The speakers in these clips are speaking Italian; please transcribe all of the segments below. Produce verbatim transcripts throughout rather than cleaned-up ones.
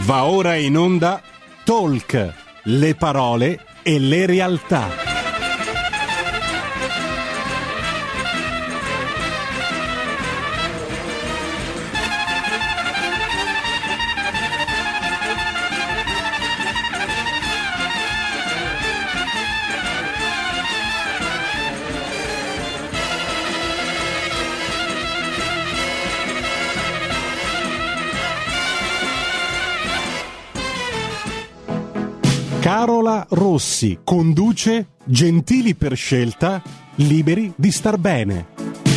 Va ora in onda Talk, le parole e le realtà. Carola Rossi conduce Gentili per scelta, liberi di star bene.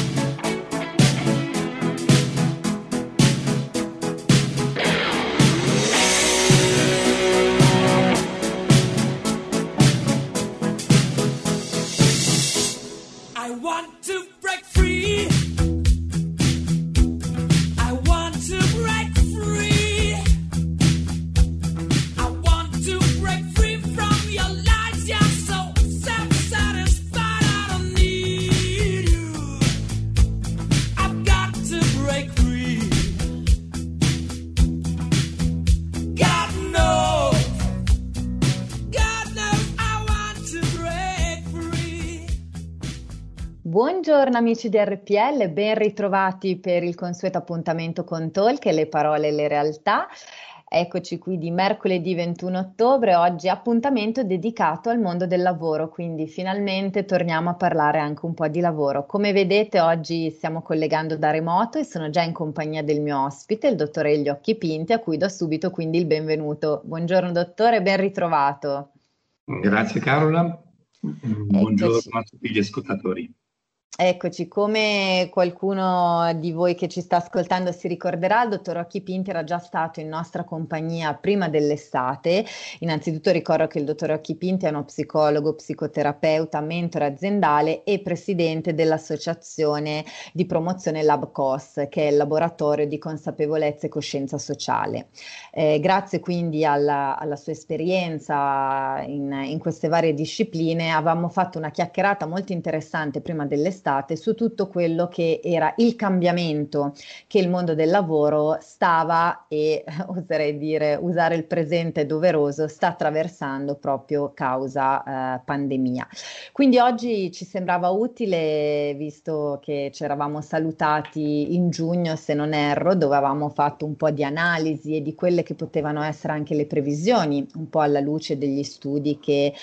Buongiorno amici di R P L, ben ritrovati per il consueto appuntamento con Talk, le parole e le realtà. Eccoci qui di mercoledì ventuno ottobre, oggi appuntamento dedicato al mondo del lavoro, quindi finalmente torniamo a parlare anche un po' di lavoro. Come vedete oggi stiamo collegando da remoto e sono già in compagnia del mio ospite, il dottore Elio Occhipinti, a cui do subito quindi il benvenuto. Buongiorno dottore, ben ritrovato. Grazie Carola, buongiorno Eccoci. A tutti gli ascoltatori. Eccoci, come qualcuno di voi che ci sta ascoltando si ricorderà, il dottor Occhipinti era già stato in nostra compagnia prima dell'estate. Innanzitutto ricordo che il dottor Occhipinti è uno psicologo, psicoterapeuta, mentore aziendale e presidente dell'associazione di promozione LabCos, che è il laboratorio di consapevolezza e coscienza sociale. Eh, grazie quindi alla, alla sua esperienza in, in queste varie discipline avevamo fatto una chiacchierata molto interessante prima dell'estate su tutto quello che era il cambiamento che il mondo del lavoro stava e oserei dire, usare il presente doveroso, sta attraversando proprio causa eh, pandemia. Quindi oggi ci sembrava utile, visto che ci eravamo salutati in giugno, se non erro, dove avevamo fatto un po' di analisi e di quelle che potevano essere anche le previsioni, un po' alla luce degli studi che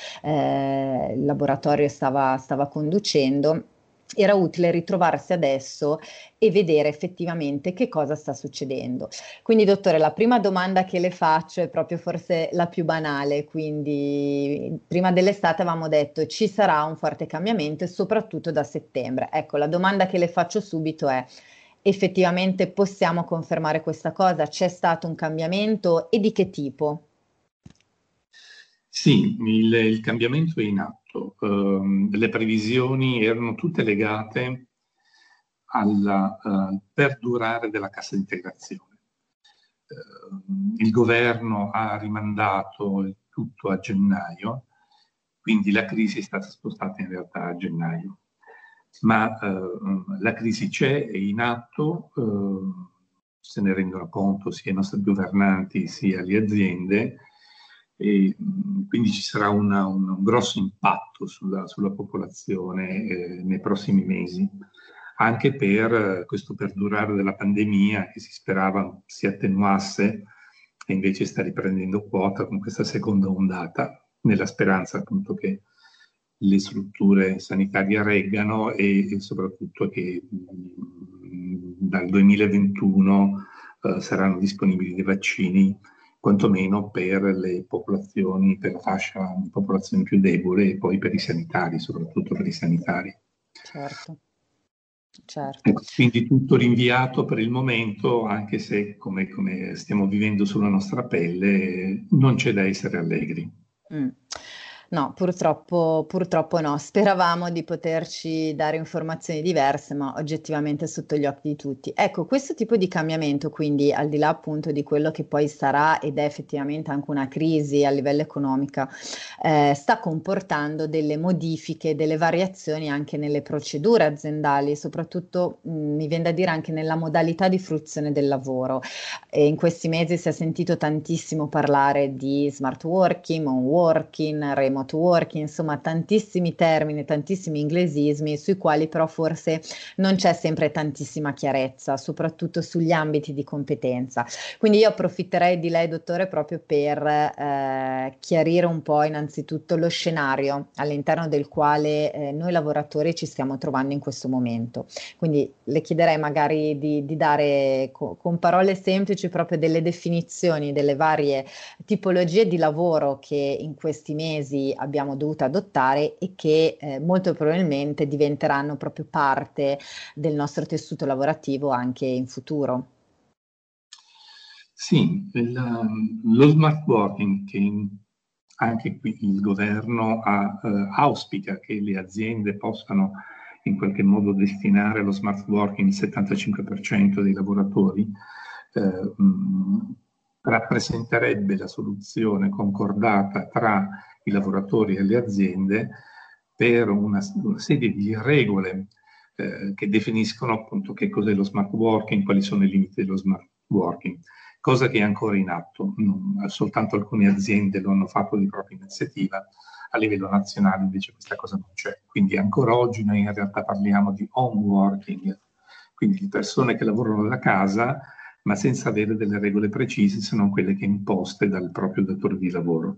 eh, il laboratorio stava, stava conducendo. Era utile ritrovarsi adesso e vedere effettivamente che cosa sta succedendo. Quindi, dottore, la prima domanda che le faccio è proprio forse la più banale, quindi prima dell'estate avevamo detto ci sarà un forte cambiamento e soprattutto da settembre. Ecco, la domanda che le faccio subito è: effettivamente possiamo confermare questa cosa? C'è stato un cambiamento e di che tipo? Sì, il, il cambiamento è in atto. Uh, le previsioni erano tutte legate al uh, perdurare della cassa integrazione. Uh, il governo ha rimandato il tutto a gennaio, quindi la crisi è stata spostata in realtà a gennaio. Ma uh, la crisi c'è, è in atto, uh, se ne rendono conto sia i nostri governanti sia le aziende, e quindi ci sarà una, un, un grosso impatto sulla, sulla popolazione eh, nei prossimi mesi, anche per eh, questo perdurare della pandemia che si sperava si attenuasse e invece sta riprendendo quota con questa seconda ondata, nella speranza appunto che le strutture sanitarie reggano e, e soprattutto che mh, dal duemilaventuno eh, saranno disponibili dei vaccini quantomeno per le popolazioni, per la fascia di popolazione più debole e poi per i sanitari, soprattutto per i sanitari. Certo, certo. Ecco, quindi tutto rinviato per il momento, anche se come, come stiamo vivendo sulla nostra pelle, non c'è da essere allegri. Mm. No, purtroppo, purtroppo no. Speravamo di poterci dare informazioni diverse, ma oggettivamente sotto gli occhi di tutti. Ecco, questo tipo di cambiamento, quindi al di là appunto di quello che poi sarà ed è effettivamente anche una crisi a livello economico, eh, sta comportando delle modifiche, delle variazioni anche nelle procedure aziendali, soprattutto mh, mi viene da dire anche nella modalità di fruizione del lavoro. E in questi mesi si è sentito tantissimo parlare di smart working, home working, remote working, insomma tantissimi termini, tantissimi inglesismi sui quali però forse non c'è sempre tantissima chiarezza, soprattutto sugli ambiti di competenza. Quindi io approfitterei di lei, dottore, proprio per eh, chiarire un po' innanzitutto lo scenario all'interno del quale eh, noi lavoratori ci stiamo trovando in questo momento. Quindi le chiederei magari di, di dare co- con parole semplici proprio delle definizioni delle varie tipologie di lavoro che in questi mesi abbiamo dovuto adottare e che eh, molto probabilmente diventeranno proprio parte del nostro tessuto lavorativo anche in futuro. Sì, il, lo smart working che in, anche qui il governo ha, eh, auspica che le aziende possano in qualche modo destinare allo smart working il settantacinque per cento dei lavoratori, eh, mh, rappresenterebbe la soluzione concordata tra i lavoratori e le aziende per una, una serie di regole eh, che definiscono appunto che cos'è lo smart working, quali sono i limiti dello smart working, cosa che è ancora in atto. Non, soltanto alcune aziende lo hanno fatto di propria iniziativa, a livello nazionale invece questa cosa non c'è. Quindi ancora oggi noi in realtà parliamo di home working, quindi di persone che lavorano da casa ma senza avere delle regole precise se non quelle che imposte dal proprio datore di lavoro.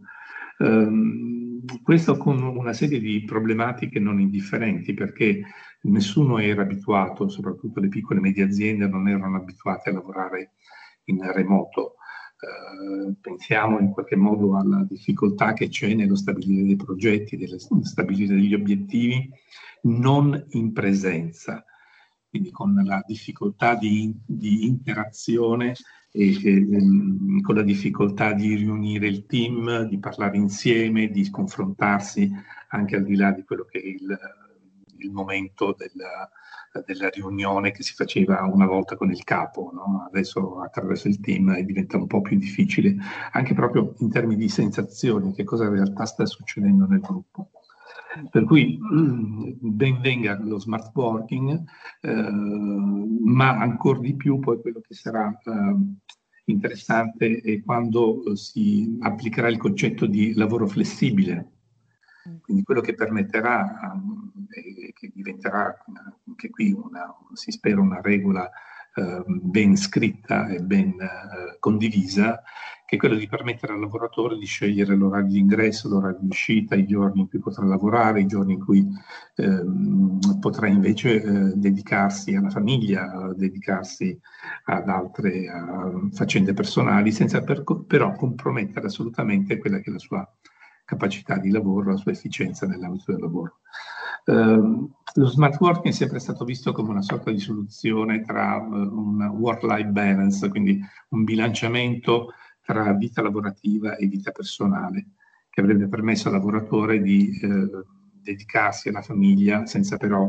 Um, questo con una serie di problematiche non indifferenti, perché nessuno era abituato, soprattutto le piccole e medie aziende non erano abituate a lavorare in remoto. Uh, pensiamo in qualche modo alla difficoltà che c'è nello stabilire dei progetti, nello stabilire degli obiettivi non in presenza, quindi con la difficoltà di, di interazione e, e con la difficoltà di riunire il team, di parlare insieme, di confrontarsi anche al di là di quello che è il, il momento della, della riunione che si faceva una volta con il capo, no? Adesso attraverso il team diventa un po' più difficile, anche proprio in termini di sensazioni, che cosa in realtà sta succedendo nel gruppo. Per cui ben venga lo smart working, eh, ma ancora di più poi quello che sarà eh, interessante è quando si applicherà il concetto di lavoro flessibile. Quindi quello che permetterà, eh, che diventerà anche qui una, si spera una regola eh, ben scritta e ben eh, condivisa, che è quello di permettere al lavoratore di scegliere l'orario di ingresso, l'orario di uscita, i giorni in cui potrà lavorare, i giorni in cui eh, potrà invece eh, dedicarsi alla famiglia, dedicarsi ad altre uh, faccende personali, senza per, però compromettere assolutamente quella che è la sua capacità di lavoro, la sua efficienza nell'ambito del lavoro. Uh, lo smart working è sempre stato visto come una sorta di soluzione tra uh, un work-life balance, quindi un bilanciamento tra vita lavorativa e vita personale, che avrebbe permesso al lavoratore di eh, dedicarsi alla famiglia senza però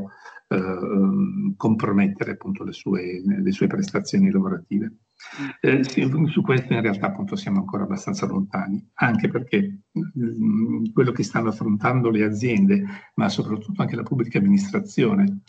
eh, compromettere appunto le sue, le sue prestazioni lavorative. Eh, sì, su questo in realtà appunto siamo ancora abbastanza lontani, anche perché mh, quello che stanno affrontando le aziende, ma soprattutto anche la pubblica amministrazione.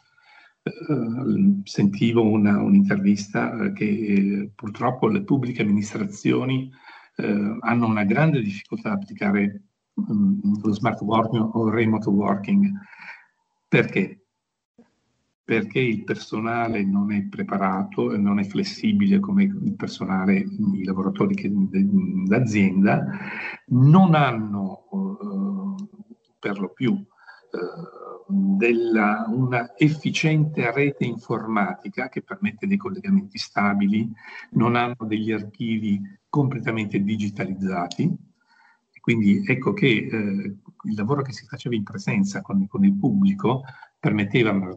Uh, sentivo una, un'intervista uh, che uh, purtroppo le pubbliche amministrazioni uh, hanno una grande difficoltà ad applicare um, lo smart working o remote working. Perché? Perché il personale non è preparato e non è flessibile come il personale, i lavoratori che, d'azienda, non hanno uh, per lo più uh, della, una efficiente rete informatica che permette dei collegamenti stabili, non hanno degli archivi completamente digitalizzati. Quindi ecco che eh, il lavoro che si faceva in presenza con, con il pubblico permetteva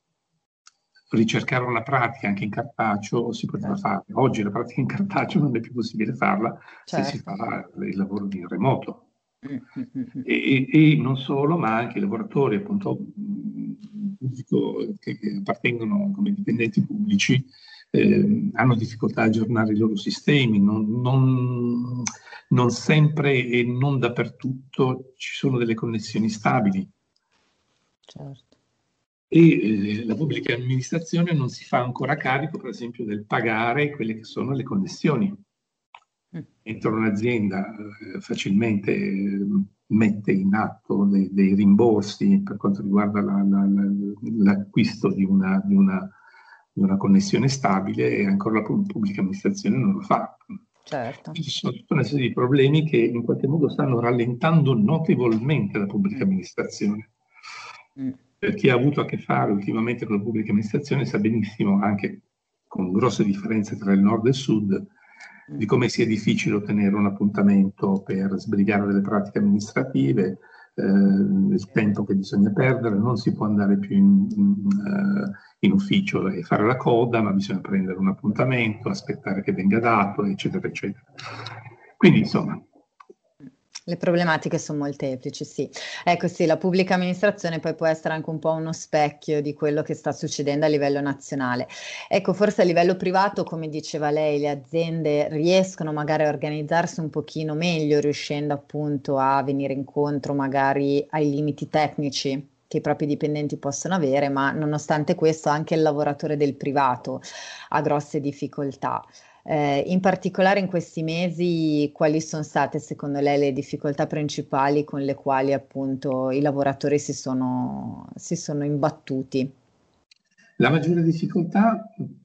ricercare una pratica anche in cartaceo, si poteva fare. Oggi la pratica in cartaceo non è più possibile farla, certo, se si fa il lavoro di remoto. E, e non solo, ma anche i lavoratori appunto che, che appartengono come dipendenti pubblici eh, hanno difficoltà a aggiornare i loro sistemi, non, non, non sempre e non dappertutto ci sono delle connessioni stabili. Certo. E eh, la pubblica amministrazione non si fa ancora carico, per esempio, del pagare quelle che sono le connessioni. Entro un'azienda eh, facilmente eh, mette in atto dei, dei rimborsi per quanto riguarda la, la, la, l'acquisto di una, di, una, di una connessione stabile, e ancora la pubblica amministrazione non lo fa. Certo. Ci sono tutta una serie di problemi che in qualche modo stanno rallentando notevolmente la pubblica amministrazione. Mm. Per chi ha avuto a che fare ultimamente con la pubblica amministrazione sa benissimo, anche con grosse differenze tra il nord e il sud, di come sia difficile ottenere un appuntamento per sbrigare delle pratiche amministrative, eh, il tempo che bisogna perdere, non si può andare più in, in, uh, in ufficio e fare la coda, ma bisogna prendere un appuntamento, aspettare che venga dato, eccetera, eccetera. Quindi, insomma... Le problematiche sono molteplici, sì. Ecco, sì, la pubblica amministrazione poi può essere anche un po' uno specchio di quello che sta succedendo a livello nazionale. Ecco, forse a livello privato, come diceva lei, le aziende riescono magari a organizzarsi un pochino meglio, riuscendo appunto a venire incontro magari ai limiti tecnici che i propri dipendenti possono avere, ma nonostante questo anche il lavoratore del privato ha grosse difficoltà. Eh, in particolare in questi mesi, quali sono state secondo lei le difficoltà principali con le quali appunto i lavoratori si sono, si sono imbattuti? La maggiore difficoltà,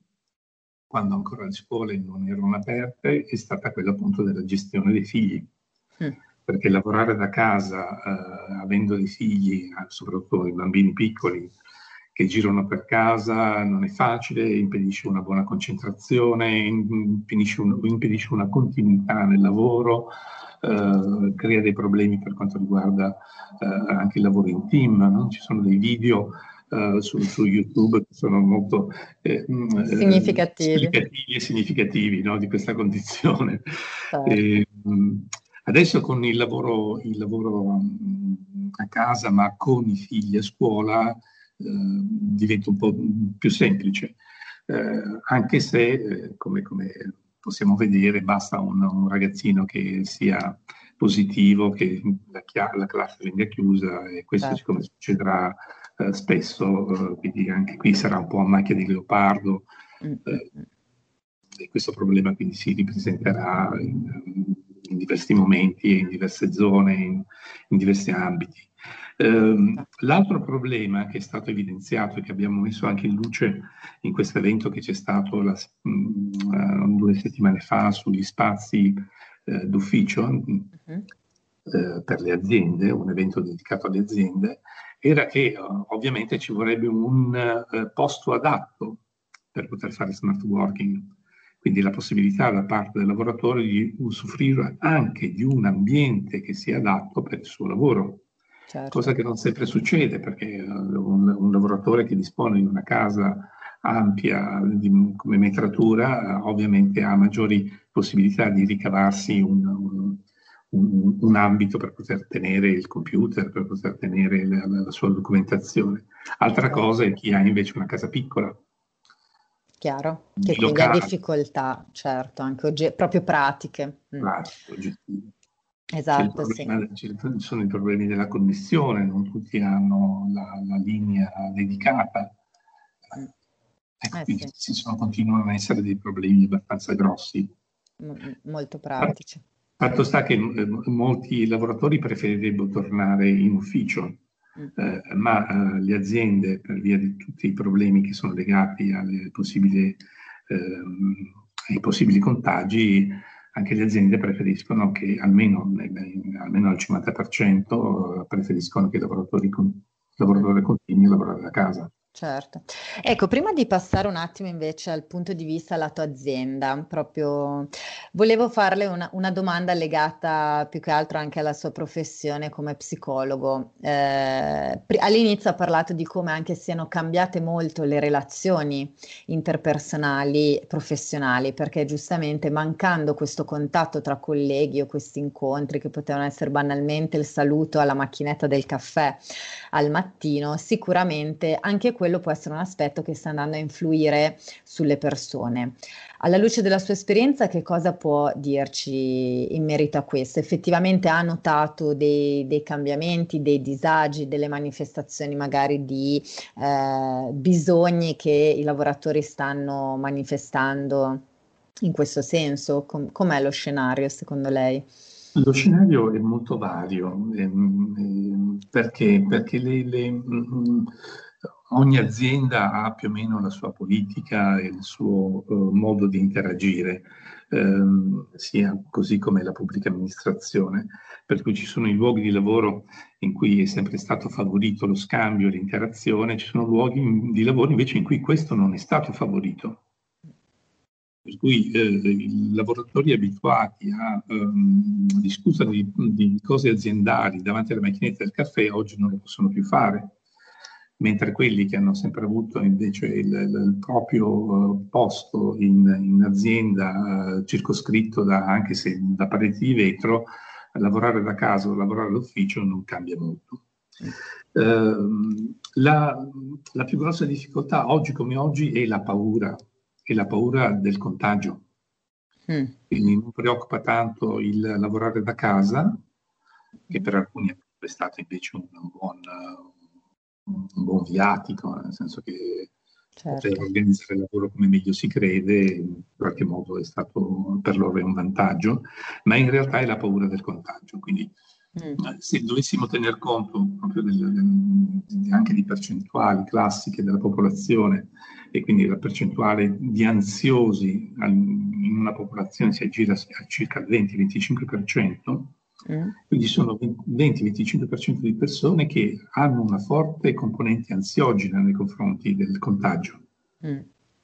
quando ancora le scuole non erano aperte, è stata quella appunto della gestione dei figli. Mm. Perché lavorare da casa, eh, avendo dei figli, soprattutto i bambini piccoli, che girano per casa, non è facile, impedisce una buona concentrazione, impedisce, un, impedisce una continuità nel lavoro, eh, crea dei problemi per quanto riguarda eh, anche il lavoro in team, no? Ci sono dei video eh, su, su YouTube che sono molto eh, significativi. significativi e significativi, no? Di questa condizione. Certo. E, adesso con il lavoro, il lavoro a casa, ma con i figli a scuola, Eh, diventa un po' più semplice, eh, anche se, eh, come, come possiamo vedere, basta un, un ragazzino che sia positivo, che la, chia- la classe venga chiusa, e questo certo. Siccome succederà eh, spesso, eh, quindi anche qui sarà un po' a macchia di leopardo, eh, e questo problema quindi si ripresenterà in, in diversi momenti e in diverse zone, in, in diversi ambiti. Um, l'altro problema che è stato evidenziato e che abbiamo messo anche in luce in questo evento che c'è stato la, uh, due settimane fa sugli spazi uh, d'ufficio uh-huh. uh, per le aziende, un evento dedicato alle aziende, era che uh, ovviamente ci vorrebbe un uh, posto adatto per poter fare smart working, quindi la possibilità da parte del lavoratore di usufruire anche di un ambiente che sia adatto per il suo lavoro. Certo. Cosa che non sempre succede, perché un, un lavoratore che dispone di una casa ampia di, come metratura, ovviamente ha maggiori possibilità di ricavarsi un, un, un, un ambito per poter tenere il computer, per poter tenere la, la sua documentazione. Altra cosa è chi ha invece una casa piccola. Chiaro, che quindi ha difficoltà, certo, anche oggi, proprio pratiche. Pratiche, oggettive. Esatto, problema, sì. Ci sono i problemi della connessione, non tutti hanno la, la linea dedicata. Mm. Ecco, eh, quindi sì. ci sono, continuano a essere dei problemi abbastanza grossi. M- molto pratici. Fatto sta che eh, molti lavoratori preferirebbero tornare in ufficio, mm. eh, ma eh, le aziende, per via di tutti i problemi che sono legati alle possibili, ehm, ai possibili contagi, anche le aziende preferiscono che almeno, almeno al cinquanta per cento preferiscono che il lavoratore, il lavoratore continui a lavorare da casa. Certo. Ecco, prima di passare un attimo invece al punto di vista lato azienda, proprio volevo farle una, una domanda legata più che altro anche alla sua professione come psicologo. Eh, pri- all'inizio ha parlato di come anche siano cambiate molto le relazioni interpersonali e professionali, perché giustamente mancando questo contatto tra colleghi o questi incontri che potevano essere banalmente il saluto alla macchinetta del caffè al mattino, sicuramente anche quello può essere un aspetto che sta andando a influire sulle persone. Alla luce della sua esperienza, che cosa può dirci in merito a questo? Effettivamente ha notato dei, dei cambiamenti, dei disagi, delle manifestazioni magari di eh, bisogni che i lavoratori stanno manifestando in questo senso? Com- com'è lo scenario secondo lei? Lo scenario è molto vario, ehm, ehm, perché, perché le- le, mm, ogni azienda ha più o meno la sua politica e il suo eh, modo di interagire, ehm, sia così come la pubblica amministrazione, per cui ci sono i luoghi di lavoro in cui è sempre stato favorito lo scambio e l'interazione, ci sono luoghi di lavoro invece in cui questo non è stato favorito. Per cui eh, i lavoratori abituati a ehm, discutere di, di cose aziendali davanti alla macchinetta del caffè oggi non lo possono più fare, mentre quelli che hanno sempre avuto invece il, il proprio eh, posto in, in azienda, eh, circoscritto da, anche se da pareti di vetro, lavorare da casa o lavorare all'ufficio non cambia molto. Eh, la, la più grossa difficoltà oggi come oggi è la paura, è la paura del contagio. Mm. Quindi non preoccupa tanto il lavorare da casa, che per alcuni è stato invece un buon, un buon viatico, nel senso che poter Certo. organizzare il lavoro come meglio si crede, in qualche modo è stato per loro un vantaggio, ma in realtà è la paura del contagio. Quindi Mm. se dovessimo tener conto proprio del, del, anche di percentuali classiche della popolazione, e quindi la percentuale di ansiosi in una popolazione si aggira a circa il venti venticinque per cento, Mm. quindi sono venti venticinque per cento di persone che hanno una forte componente ansiogena nei confronti del contagio. Mm.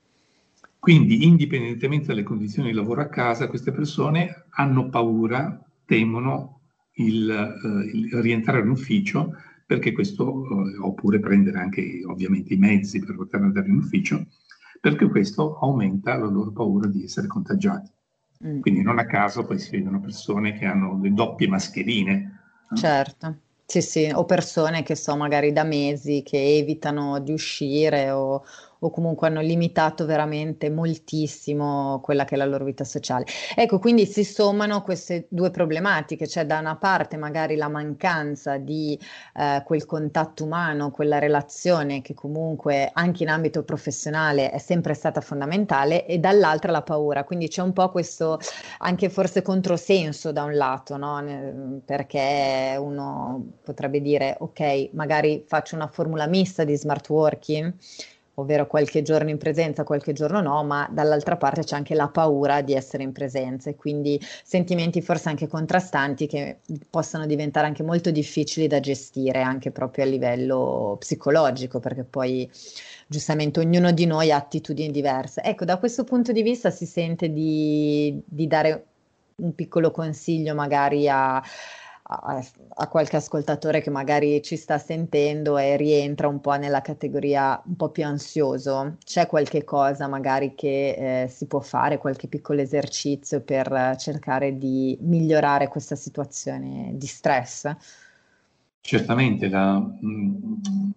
Quindi, indipendentemente dalle condizioni di lavoro a casa, queste persone hanno paura, temono il, eh, il rientrare in ufficio, perché questo, eh, oppure prendere anche ovviamente i mezzi per poter andare in ufficio, perché questo aumenta la loro paura di essere contagiati. Mm. Quindi non a caso poi si vedono persone che hanno le doppie mascherine. Eh? Certo, sì, sì, o persone che so, magari da mesi che evitano di uscire o, o comunque hanno limitato veramente moltissimo quella che è la loro vita sociale. Ecco, quindi si sommano queste due problematiche, cioè da una parte magari la mancanza di eh, quel contatto umano, quella relazione che comunque anche in ambito professionale è sempre stata fondamentale, e dall'altra la paura. Quindi c'è un po' questo anche forse controsenso da un lato, no? Ne- Perché uno potrebbe dire, ok, magari faccio una formula mista di smart working, ovvero qualche giorno in presenza, qualche giorno no, ma dall'altra parte c'è anche la paura di essere in presenza e quindi sentimenti forse anche contrastanti che possono diventare anche molto difficili da gestire anche proprio a livello psicologico, perché poi giustamente ognuno di noi ha attitudini diverse. Ecco, da questo punto di vista si sente di, di dare un piccolo consiglio magari a, a- a qualche ascoltatore che magari ci sta sentendo e rientra un po' nella categoria un po' più ansioso. C'è qualche cosa magari che eh, si può fare, qualche piccolo esercizio per eh, cercare di migliorare questa situazione di stress? Certamente la, mh,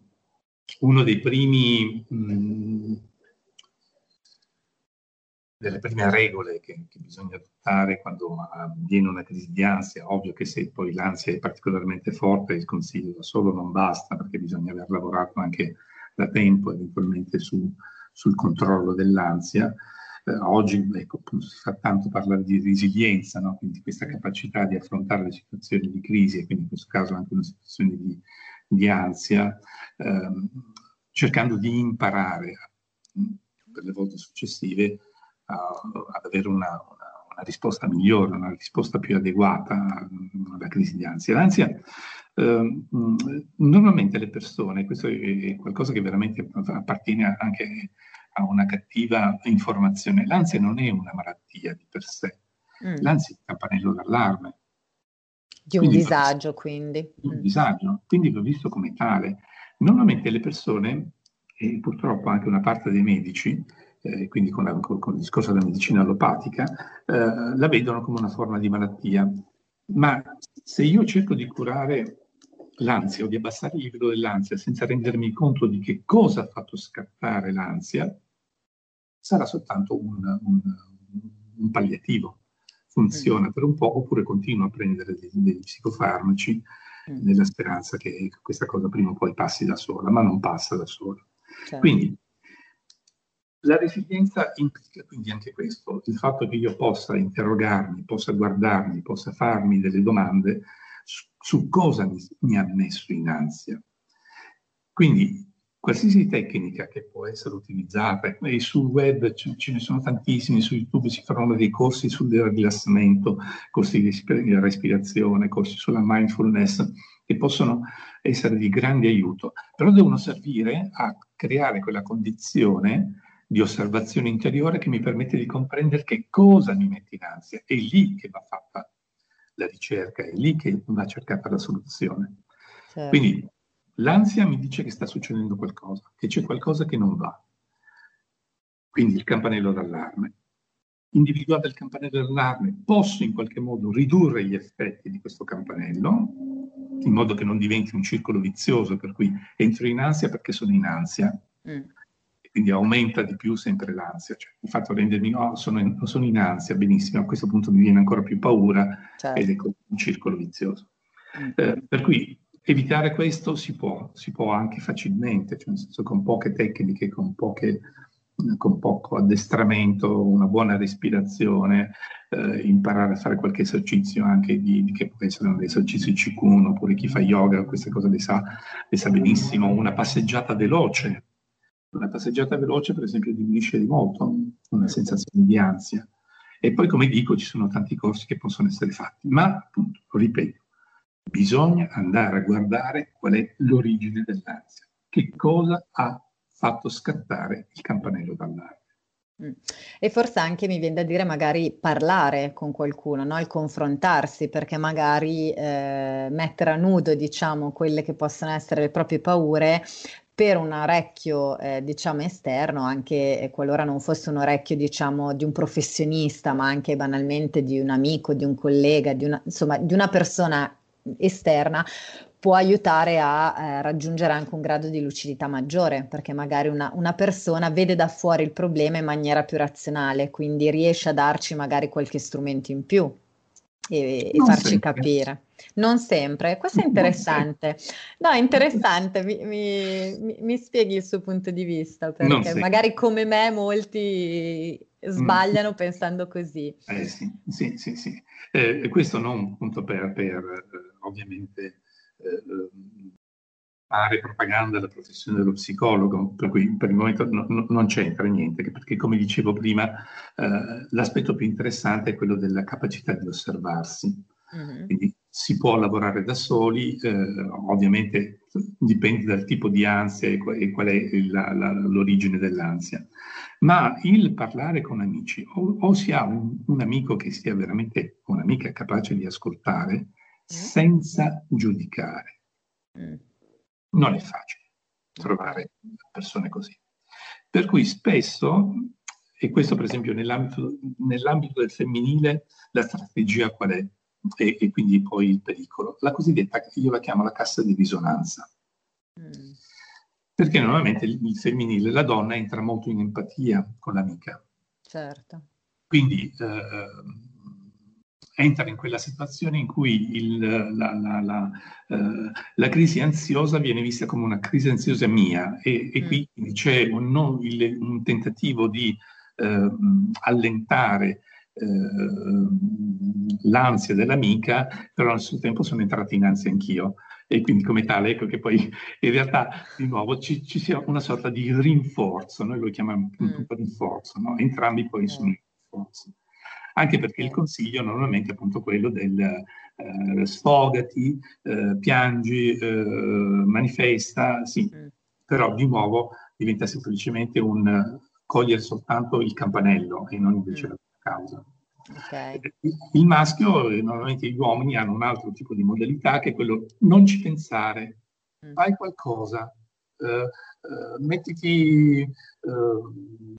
uno dei primi, mh, delle prime regole che, che bisogna adottare quando avviene una crisi di ansia, ovvio che se poi l'ansia è particolarmente forte, il consiglio da solo non basta, perché bisogna aver lavorato anche da tempo eventualmente su, sul controllo dell'ansia. Eh, oggi ecco, si fa tanto parlare di resilienza, no? Quindi questa capacità di affrontare le situazioni di crisi, e quindi in questo caso anche una situazione di, di ansia, ehm, cercando di imparare per le volte successive Uh, ad avere una, una, una risposta migliore, una risposta più adeguata alla crisi di ansia. L'ansia Uh, normalmente le persone, questo è qualcosa che veramente appartiene anche a una cattiva informazione, l'ansia non è una malattia di per sé, mm. l'ansia è un campanello d'allarme. Di un quindi disagio, quindi. Di un mm. disagio, quindi l'ho visto come tale. Normalmente le persone, e purtroppo anche una parte dei medici, eh, quindi con, la, con, con il discorso della medicina allopatica, eh, la vedono come una forma di malattia. Ma se io cerco di curare l'ansia o di abbassare il livello dell'ansia senza rendermi conto di che cosa ha fatto scattare l'ansia, sarà soltanto un, un, un palliativo. Funziona mm. per un po', oppure continuo a prendere dei, degli psicofarmaci mm. nella speranza che questa cosa prima o poi passi da sola, ma non passa da sola. Certo. Quindi la resilienza implica quindi anche questo, il fatto che io possa interrogarmi, possa guardarmi, possa farmi delle domande su, su cosa mi, mi ha messo in ansia. Quindi qualsiasi tecnica che può essere utilizzata, e sul web ce, ce ne sono tantissimi, su YouTube si fanno dei corsi sul rilassamento, corsi di respirazione, corsi sulla mindfulness, che possono essere di grande aiuto, però devono servire a creare quella condizione di osservazione interiore che mi permette di comprendere che cosa mi mette in ansia. È lì che va fatta la ricerca, è lì che va cercata la soluzione. Certo. Quindi l'ansia mi dice che sta succedendo qualcosa, che c'è qualcosa che non va. Quindi il campanello d'allarme. Individuato il campanello d'allarme, posso in qualche modo ridurre gli effetti di questo campanello, in modo che non diventi un circolo vizioso, per cui entro in ansia perché sono in ansia, mm. e quindi aumenta di più sempre l'ansia. Cioè, il fatto di rendermi, oh, sono in, sono in ansia, benissimo, a questo punto mi viene ancora più paura, certo. ed è un circolo vizioso. Mm. Eh, per cui evitare questo si può, si può anche facilmente, cioè nel senso con poche tecniche, con, poche, con poco addestramento, una buona respirazione, eh, imparare a fare qualche esercizio anche di, di che può essere un esercizio di Qigong, oppure chi fa yoga, queste cose le sa, le sa benissimo, una passeggiata veloce. Una passeggiata veloce, per esempio, diminuisce di molto una sensazione di ansia. E poi, come dico, ci sono tanti corsi che possono essere fatti, ma, appunto, lo ripeto, bisogna andare a guardare qual è l'origine dell'ansia, che cosa ha fatto scattare il campanello d'allarme. Mm. E forse anche mi viene da dire magari parlare con qualcuno, no? Il confrontarsi, perché magari eh, mettere a nudo, diciamo, quelle che possono essere le proprie paure per un orecchio, eh, diciamo, esterno, anche eh, qualora non fosse un orecchio, diciamo, di un professionista, ma anche banalmente di un amico, di un collega, di una, insomma, di una persona esterna, può aiutare a eh, raggiungere anche un grado di lucidità maggiore, perché magari una, una persona vede da fuori il problema in maniera più razionale, quindi riesce a darci magari qualche strumento in più e, e farci sempre. capire. Non sempre, questo è interessante. No, è interessante, mi, mi, mi, mi spieghi il suo punto di vista, perché magari come me molti sbagliano mm. pensando così. Eh sì, sì, sì, sì. Eh, questo non appunto per, per eh, ovviamente eh, fare propaganda della professione dello psicologo, per cui per il momento no, no, non c'entra niente, perché come dicevo prima eh, l'aspetto più interessante è quello della capacità di osservarsi. Mm-hmm. Quindi si può lavorare da soli, eh, ovviamente dipende dal tipo di ansia e, e qual è la, la, l'origine dell'ansia, ma il parlare con amici, o, o si ha un, un amico che sia veramente un'amica capace di ascoltare, mm. senza giudicare. Mm. Non è facile trovare persone così. Per cui spesso, e questo per esempio nell'ambito, nell'ambito del femminile, la strategia qual è? E, e quindi poi il pericolo, la cosiddetta, io la chiamo la cassa di risonanza, mm. perché normalmente il, il femminile, la donna entra molto in empatia con l'amica, certo. Quindi eh, entra in quella situazione in cui il, la, la, la, eh, la crisi ansiosa viene vista come una crisi ansiosa mia, e, e mm. qui c'è un, non, il, un tentativo di eh, allentare Uh, l'ansia dell'amica, però allo stesso tempo sono entrato in ansia anch'io, e quindi come tale ecco che poi in realtà di nuovo ci, ci sia una sorta di rinforzo, noi lo chiamiamo appunto mm. rinforzo, no? Entrambi poi mm. sono in rinforzo. anche perché il consiglio normalmente è appunto quello del eh, sfogati, eh, piangi, eh, manifesta, sì, Mm. però di nuovo diventa semplicemente un eh, cogliere soltanto il campanello e non invece Mm. la causa. Ok. Il maschio, eh, normalmente gli uomini hanno un altro tipo di modalità che è quello non ci pensare, Mm. fai qualcosa, eh, eh, mettiti, eh,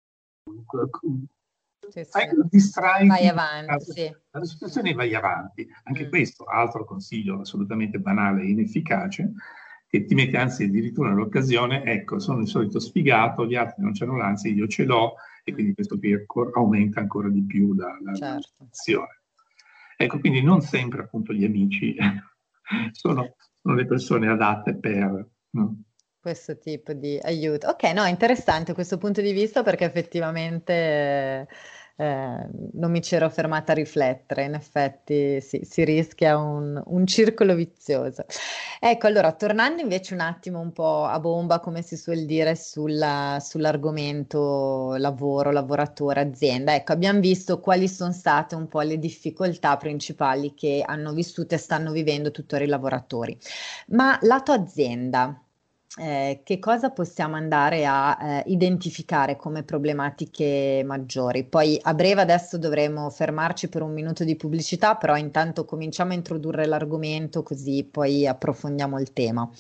Sì, fai, sì. Vai distraiti avanti, sì. dalla Mm. situazione e vai avanti. Anche Mm. questo, altro consiglio assolutamente banale e inefficace, che ti mette anzi addirittura nell'occasione, ecco, sono il solito sfigato, gli altri non c'hanno l'ansia, io ce l'ho, e Mm. quindi questo qui aumenta ancora di più la, la, Certo. la situazione. Ecco, quindi non sempre appunto gli amici sono, sono le persone adatte per... No? Questo tipo di aiuto. Ok, no, interessante questo punto di vista perché effettivamente eh, eh, non mi c'ero fermata a riflettere. In effetti sì, si rischia un, un circolo vizioso. Ecco, allora, tornando invece un attimo un po' a bomba, come si suol dire, sulla- sull'argomento lavoro, lavoratore, azienda. Ecco, abbiamo visto quali sono state un po' le difficoltà principali che hanno vissuto e stanno vivendo tuttora i lavoratori. Ma lato azienda, eh, che cosa possiamo andare a eh, identificare come problematiche maggiori? Poi a breve adesso dovremo fermarci per un minuto di pubblicità, però intanto cominciamo a introdurre l'argomento così poi approfondiamo il tema.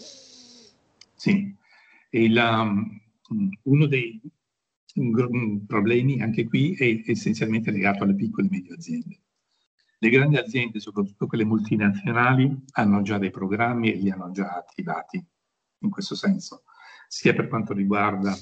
Sì, il, um, uno dei gr- problemi anche qui è essenzialmente legato alle piccole e medie aziende. Le grandi aziende, soprattutto quelle multinazionali, hanno già dei programmi e li hanno già attivati in questo senso, sia per quanto riguarda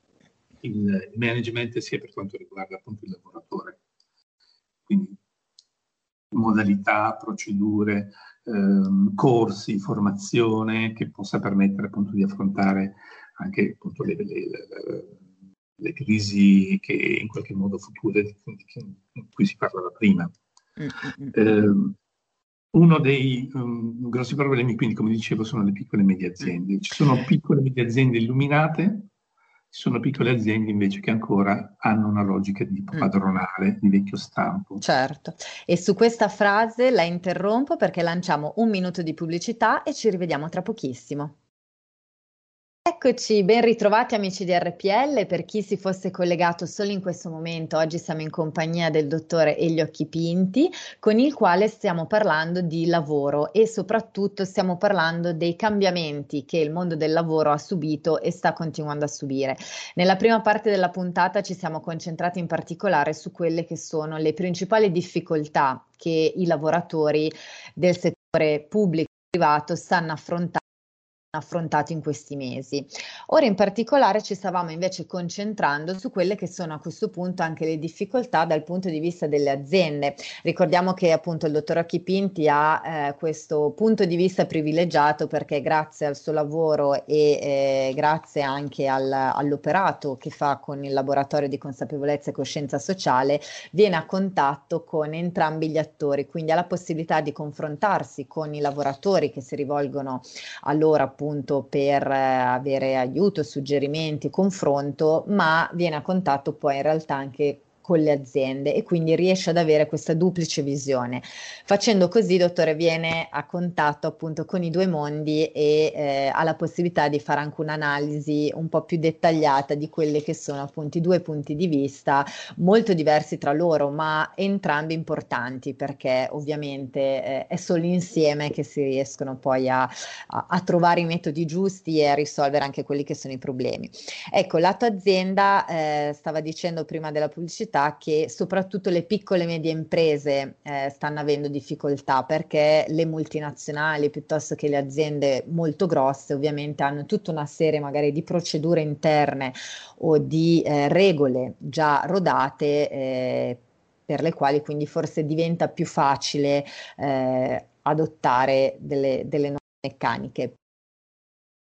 il management, sia per quanto riguarda appunto il lavoratore. Quindi modalità, procedure, ehm, corsi, formazione che possa permettere appunto di affrontare anche appunto le, le, le, le crisi che in qualche modo future di cui si parlava prima. Mm-mm. Eh, uno dei um, grossi problemi, quindi, come dicevo, sono le piccole e medie aziende. Ci sono piccole e medie aziende illuminate, ci sono piccole aziende invece che ancora hanno una logica di tipo Mm. padronale, di vecchio stampo. Certo, e su questa frase la interrompo perché lanciamo un minuto di pubblicità e ci rivediamo tra pochissimo. Eccoci, ben ritrovati amici di R P L. Per chi si fosse collegato solo in questo momento, oggi siamo in compagnia del dottore Elio Occhipinti, con il quale stiamo parlando di lavoro e soprattutto stiamo parlando dei cambiamenti che il mondo del lavoro ha subito e sta continuando a subire. Nella prima parte della puntata ci siamo concentrati in particolare su quelle che sono le principali difficoltà che i lavoratori del settore pubblico e privato stanno affrontando affrontato in questi mesi. Ora in particolare ci stavamo invece concentrando su quelle che sono a questo punto anche le difficoltà dal punto di vista delle aziende. Ricordiamo che appunto il dottor Occhipinti ha eh, questo punto di vista privilegiato perché grazie al suo lavoro e eh, grazie anche al, all'operato che fa con il laboratorio di consapevolezza e coscienza sociale viene a contatto con entrambi gli attori, quindi ha la possibilità di confrontarsi con i lavoratori che si rivolgono a loro appunto per eh, avere aiuto, suggerimenti, confronto, ma viene a contatto poi in realtà anche con le aziende e quindi riesce ad avere questa duplice visione. Facendo così, dottore, viene a contatto appunto con i due mondi e eh, ha la possibilità di fare anche un'analisi un po' più dettagliata di quelli che sono appunto i due punti di vista molto diversi tra loro, ma entrambi importanti perché ovviamente eh, è solo insieme che si riescono poi a, a, a trovare i metodi giusti e a risolvere anche quelli che sono i problemi. Ecco, lato azienda, eh, stava dicendo prima della pubblicità che soprattutto le piccole e medie imprese eh, stanno avendo difficoltà perché le multinazionali piuttosto che le aziende molto grosse ovviamente hanno tutta una serie magari di procedure interne o di eh, regole già rodate eh, per le quali quindi forse diventa più facile eh, adottare delle, delle norme meccaniche.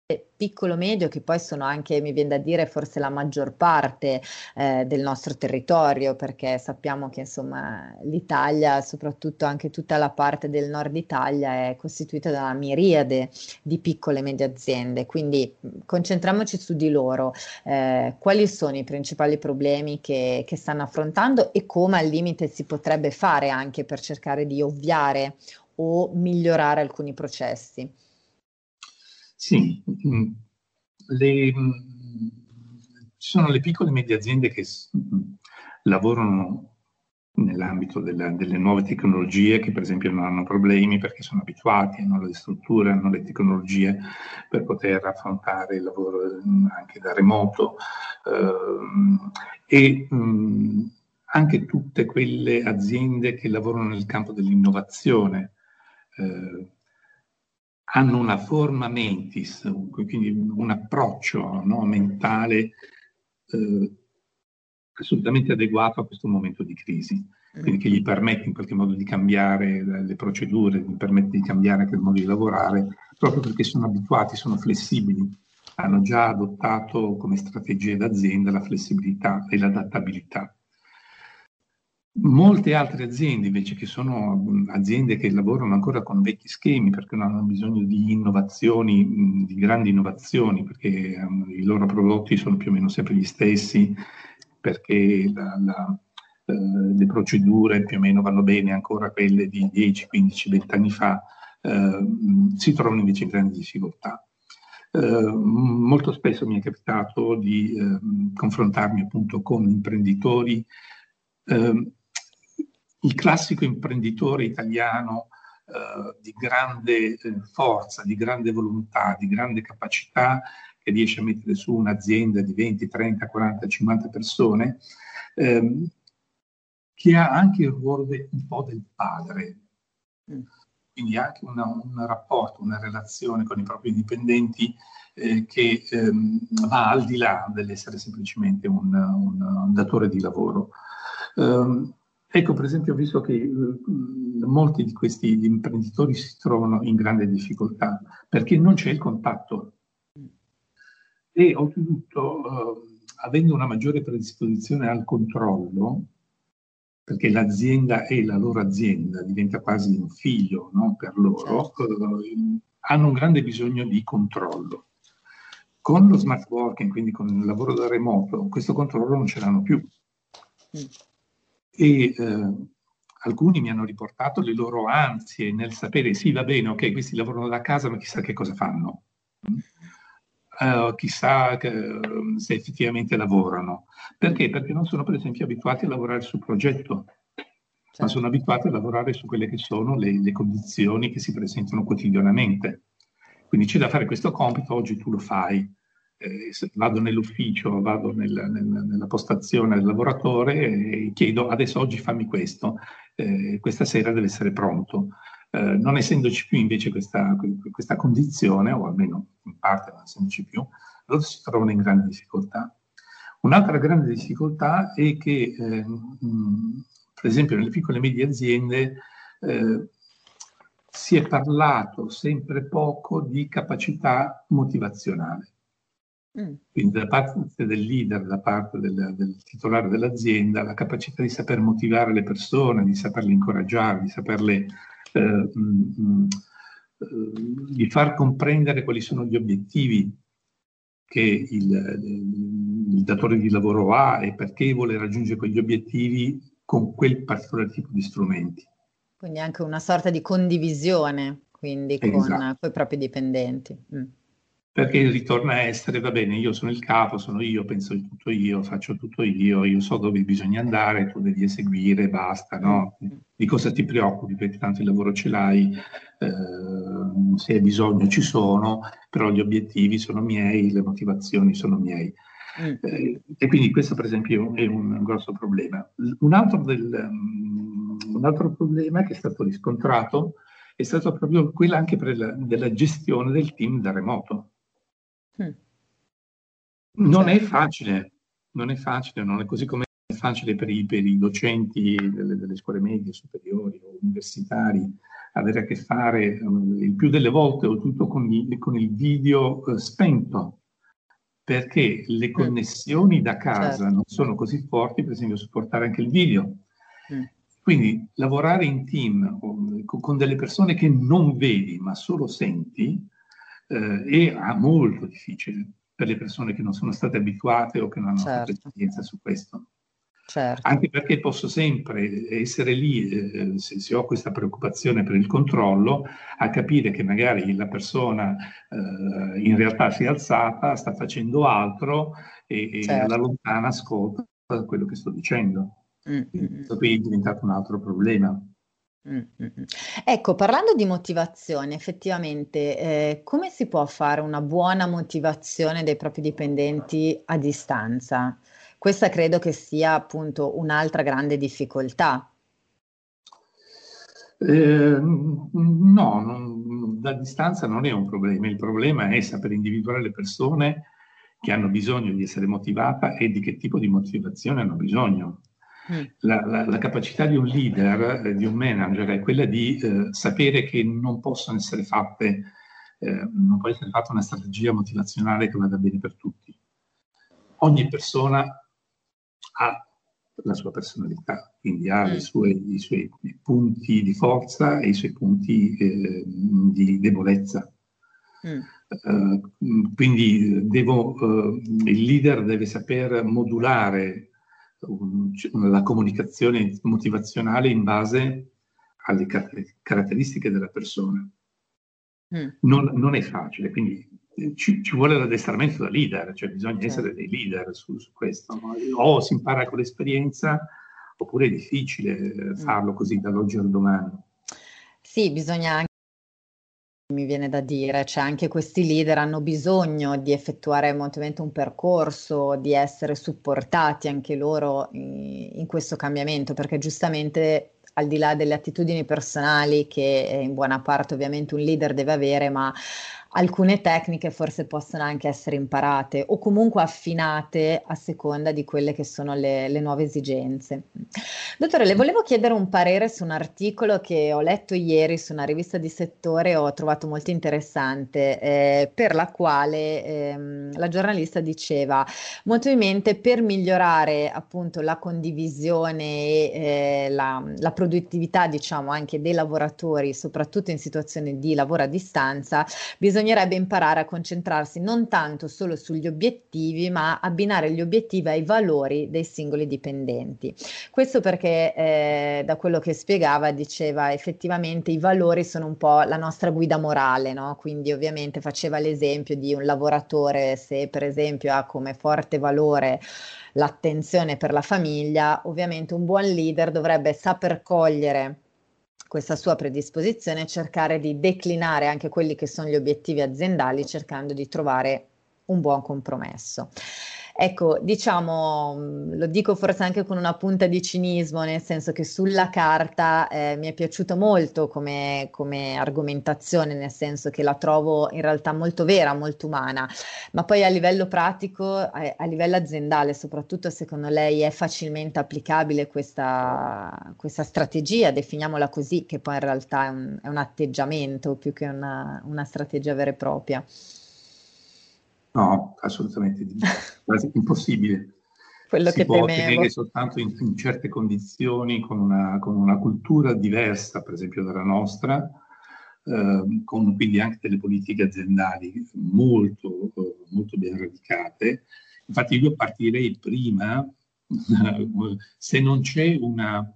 piccolo medio, che poi sono anche, mi viene da dire, forse la maggior parte eh, del nostro territorio, perché sappiamo che insomma l'Italia, soprattutto anche tutta la parte del nord Italia, è costituita da una miriade di piccole e medie aziende, quindi concentriamoci su di loro. Eh, quali sono i principali problemi che, che stanno affrontando e come al limite si potrebbe fare anche per cercare di ovviare o migliorare alcuni processi? Sì, le, ci sono le piccole e medie aziende che lavorano nell'ambito della, delle nuove tecnologie, che per esempio non hanno problemi perché sono abituati, hanno le strutture, hanno le tecnologie per poter affrontare il lavoro anche da remoto, eh, e mh, anche tutte quelle aziende che lavorano nel campo dell'innovazione, eh, hanno una forma mentis, quindi un approccio, no, mentale eh, assolutamente adeguato a questo momento di crisi, quindi che gli permette in qualche modo di cambiare le procedure, gli permette di cambiare anche il modo di lavorare, proprio perché sono abituati, sono flessibili, hanno già adottato come strategia d'azienda la flessibilità e l'adattabilità. Molte altre aziende invece, che sono aziende che lavorano ancora con vecchi schemi perché non hanno bisogno di innovazioni, di grandi innovazioni, perché um, i loro prodotti sono più o meno sempre gli stessi, perché la, la, eh, le procedure più o meno vanno bene ancora quelle di dieci, quindici, venti anni fa, eh, si trovano invece in grandi difficoltà. Eh, molto spesso mi è capitato di eh, confrontarmi appunto con imprenditori, eh, il classico imprenditore italiano eh, di grande eh, forza, di grande volontà, di grande capacità, che riesce a mettere su un'azienda di venti, trenta, quaranta, cinquanta persone, ehm, che ha anche il ruolo de, un po' del padre, quindi anche una, un rapporto, una relazione con i propri dipendenti eh, che ehm, va al di là dell'essere semplicemente un, un, un datore di lavoro. Um, ecco, per esempio, ho visto che uh, molti di questi imprenditori si trovano in grande difficoltà perché non c'è il contatto. E oltretutto, uh, avendo una maggiore predisposizione al controllo, perché l'azienda è la loro azienda, diventa quasi un figlio, no, per loro, certo. uh, hanno un grande bisogno di controllo. Con lo smart working, quindi con il lavoro da remoto, questo controllo non ce l'hanno più. Mm. E eh, alcuni mi hanno riportato le loro ansie nel sapere, sì, va bene, ok, questi lavorano da casa, ma chissà che cosa fanno. Uh, chissà che, se effettivamente lavorano. Perché? Perché non sono, per esempio, abituati a lavorare sul progetto, certo. Ma sono abituati a lavorare su quelle che sono le, le condizioni che si presentano quotidianamente. Quindi c'è da fare questo compito, oggi tu lo fai. Eh, vado nell'ufficio, vado nel, nel, nella postazione del lavoratore e chiedo adesso oggi fammi questo, eh, questa sera deve essere pronto. Eh, non essendoci più invece questa, questa condizione, o almeno in parte non essendoci più, loro si trovano in grande difficoltà. Un'altra grande difficoltà è che, eh, mh, per esempio, nelle piccole e medie aziende eh, si è parlato sempre poco di capacità motivazionale. Quindi da parte del leader, da parte del, del titolare dell'azienda, la capacità di saper motivare le persone, di saperle incoraggiare, di saperle eh, mh, mh, di far comprendere quali sono gli obiettivi che il, il, il datore di lavoro ha e perché vuole raggiungere quegli obiettivi con quel particolare tipo di strumenti. Quindi anche una sorta di condivisione, quindi con, esatto. con i propri dipendenti. Mm. Perché ritorna a essere, va bene, io sono il capo, sono io, penso di tutto io, faccio tutto io, io so dove bisogna andare, tu devi eseguire, basta, no? Di cosa ti preoccupi? Perché tanto il lavoro ce l'hai, eh, se hai bisogno ci sono, però gli obiettivi sono miei, le motivazioni sono miei. Mm. Eh, e quindi questo per esempio è un grosso problema. Un altro, del, um, un altro problema che è stato riscontrato è stato proprio quello anche per la, della gestione del team da remoto. Mm. Non certo. è facile, non è facile, non è così come è facile per i, per i docenti delle, delle scuole medie, superiori o universitari avere a che fare um, il più delle volte oltretutto con il, con il video uh, spento, perché le connessioni da casa certo. non sono così forti, per esempio, supportare anche il video. Mm. Quindi lavorare in team con, con delle persone che non vedi ma solo senti eh, è molto difficile per le persone che non sono state abituate o che non hanno certo. fatto esperienza su questo. Certo. Anche perché posso sempre essere lì, eh, se, se ho questa preoccupazione per il controllo, a capire che magari la persona eh, in realtà si è alzata, sta facendo altro e, e certo. alla lontana ascolta quello che sto dicendo. Mm-hmm. Questo qui è diventato un altro problema. Mm-hmm. Ecco, parlando di motivazione, effettivamente, eh, come si può fare una buona motivazione dei propri dipendenti a distanza? Questa credo che sia appunto un'altra grande difficoltà. Eh, no, non, da distanza non è un problema. Il problema è saper individuare le persone che hanno bisogno di essere motivate e di che tipo di motivazione hanno bisogno. Mm. La, la, la capacità di un leader, eh, di un manager, è quella di eh, sapere che non possono essere fatte, eh, non può essere fatta una strategia motivazionale che vada bene per tutti. Ogni persona ha la sua personalità, quindi ha mm. i, suoi, i suoi punti di forza e i suoi punti eh, di debolezza. Mm. Uh, quindi devo, uh, il leader deve saper modulare um, la comunicazione motivazionale in base alle car- caratteristiche della persona. Mm. Non, non è facile, quindi Ci, ci vuole l'addestramento da leader, cioè bisogna certo. essere dei leader su, su questo. No? O si impara con l'esperienza, oppure è difficile farlo così dall'oggi al domani. Sì, bisogna anche, mi viene da dire, cioè anche questi leader hanno bisogno di effettuare ovviamente un percorso, di essere supportati anche loro in, in questo cambiamento, perché giustamente al di là delle attitudini personali che in buona parte ovviamente un leader deve avere, ma alcune tecniche forse possono anche essere imparate o comunque affinate a seconda di quelle che sono le, le nuove esigenze. Dottore, le volevo chiedere un parere su un articolo che ho letto ieri su una rivista di settore e ho trovato molto interessante, eh, per la quale ehm, la giornalista diceva molto probabilmente per migliorare appunto la condivisione e eh, la, la produttività, diciamo, anche dei lavoratori, soprattutto in situazioni di lavoro a distanza, bisognerebbe imparare a concentrarsi non tanto solo sugli obiettivi, ma abbinare gli obiettivi ai valori dei singoli dipendenti. Questo perché eh, da quello che spiegava diceva effettivamente i valori sono un po' la nostra guida morale, no? Quindi ovviamente faceva l'esempio di un lavoratore, se per esempio ha come forte valore l'attenzione per la famiglia, ovviamente un buon leader dovrebbe saper cogliere questa sua predisposizione e cercare di declinare anche quelli che sono gli obiettivi aziendali, cercando di trovare un buon compromesso. Ecco, diciamo, lo dico forse anche con una punta di cinismo, nel senso che sulla carta eh, mi è piaciuto molto come, come argomentazione, nel senso che la trovo in realtà molto vera, molto umana, ma poi a livello pratico, a, a livello aziendale soprattutto, secondo lei è facilmente applicabile questa, questa strategia, definiamola così, che poi in realtà è un, è un atteggiamento più che una, una strategia vera e propria? No, assolutamente quasi impossibile. Quello si che può temevo. ottenere soltanto in, in certe condizioni, con una, con una cultura diversa, per esempio dalla nostra, eh, con quindi anche delle politiche aziendali molto, molto ben radicate. Infatti io partirei prima, se non c'è una,